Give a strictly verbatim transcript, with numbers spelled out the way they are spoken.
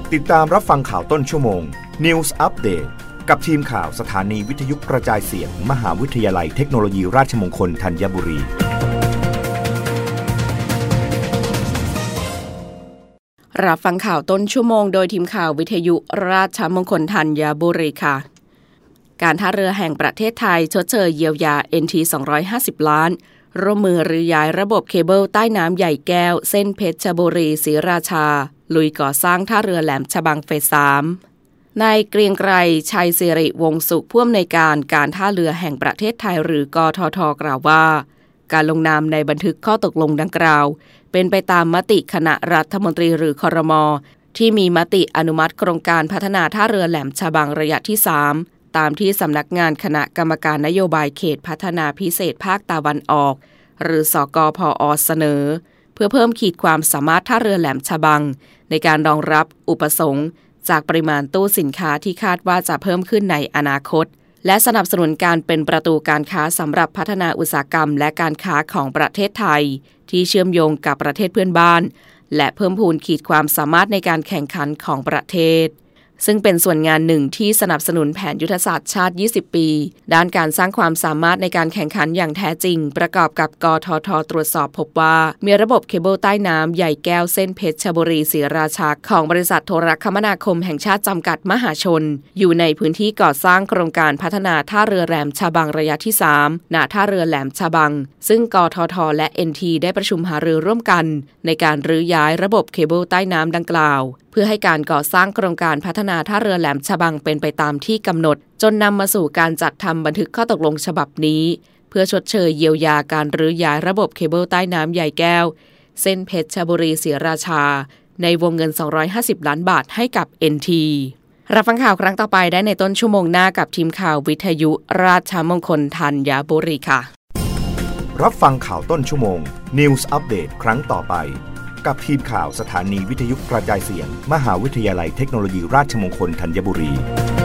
ติดตามรับฟังข่าวต้นชั่วโมง News Update กับทีมข่าวสถานีวิทยุกระจายเสียง มหาวิทยาลัยเทคโนโลยีราชมงคลธัญบุรีรับฟังข่าวต้นชั่วโมงโดยทีมข่าววิทยุราชมงคลธัญบุรีค่ะการท่าเรือแห่งประเทศไทยชดเชยเยียวยา เอ็น ที สองร้อยห้าสิบ ล้านร่วมมือรื้อย้ายระบบเคเบิลใต้น้ำใหญ่แก้วเส้นเพชรบุรีศรีราชาลุยก่อสร้างท่าเรือแหลมฉบังเฟสสามนายเกรียงไกรชัยสิริวงศ์สุขผู้อำนวยการการท่าเรือแห่งประเทศไทยหรือกททกล่าวว่าการลงนามในบันทึกข้อตกลงดังกล่าวเป็นไปตามมติคณะรัฐมนตรีหรือครม.ที่มีมติอนุมัติโครงการพัฒนาท่าเรือแหลมฉบังระยะที่สามตามที่สำนักงานคณะกรรมการนโยบายเขตพัฒนาพิเศษภาคตะวันออกหรือสกพอ.เสนอเพื่อเพิ่มขีดความสามารถท่าเรือแหลมฉบังในการรองรับอุปสงค์จากปริมาณตู้สินค้าที่คาดว่าจะเพิ่มขึ้นในอนาคตและสนับสนุนการเป็นประตูการค้าสำหรับพัฒนาอุตสาหกรรมและการค้าของประเทศไทยที่เชื่อมโยงกับประเทศเพื่อนบ้านและเพิ่มพูนขีดความสามารถในการแข่งขันของประเทศซึ่งเป็นส่วนงานหนึ่งที่สนับสนุนแผนยุทธศาสตร์ชาติยี่สิบปีด้านการสร้างความสามารถในการแข่งขันอย่างแท้จริงประกอบกับกททตรวจสอบพบว่ามีระบบเคเบิลใต้น้ำใหญ่แก้วเส้นเพชรบุรีศรีราชาของบริษัทโทรคมนาคมแห่งชาติจำกัดมหาชนอยู่ในพื้นที่ก่อสร้างโครงการพัฒนาท่าเรือแหลมฉบังระยะที่สามณท่าเรือแหลมฉบังซึ่งกททและ เอ็น ที ได้ประชุมหารือร่วมกันในการรื้อย้ายระบบเคเบิลใต้น้ำดังกล่าวเพื่อให้การก่อสร้างโครงการพัฒนาท่าเรือแหลมฉบังเป็นไปตามที่กำหนดจนนำมาสู่การจัดทำบันทึกข้อตกลงฉบับนี้เพื่อชดเชยเยียวยาการรื้อย้ายระบบเคเบิลใต้น้ำใหญ่แก้วเส้นเพชรบุรีศรีราชาในวงเงินสองร้อยห้าสิบล้านบาทให้กับ เอ็น ที รับฟังข่าวครั้งต่อไปได้ในต้นชั่วโมงหน้ากับทีมข่าววิทยุราชมงคลธัญบุรีค่ะรับฟังข่าวต้นชั่วโมง News Update ครั้งต่อไปกับทีมข่าวสถานีวิทยุกระจายเสียง มหาวิทยาลัยเทคโนโลยีราชมงคลธัญบุรี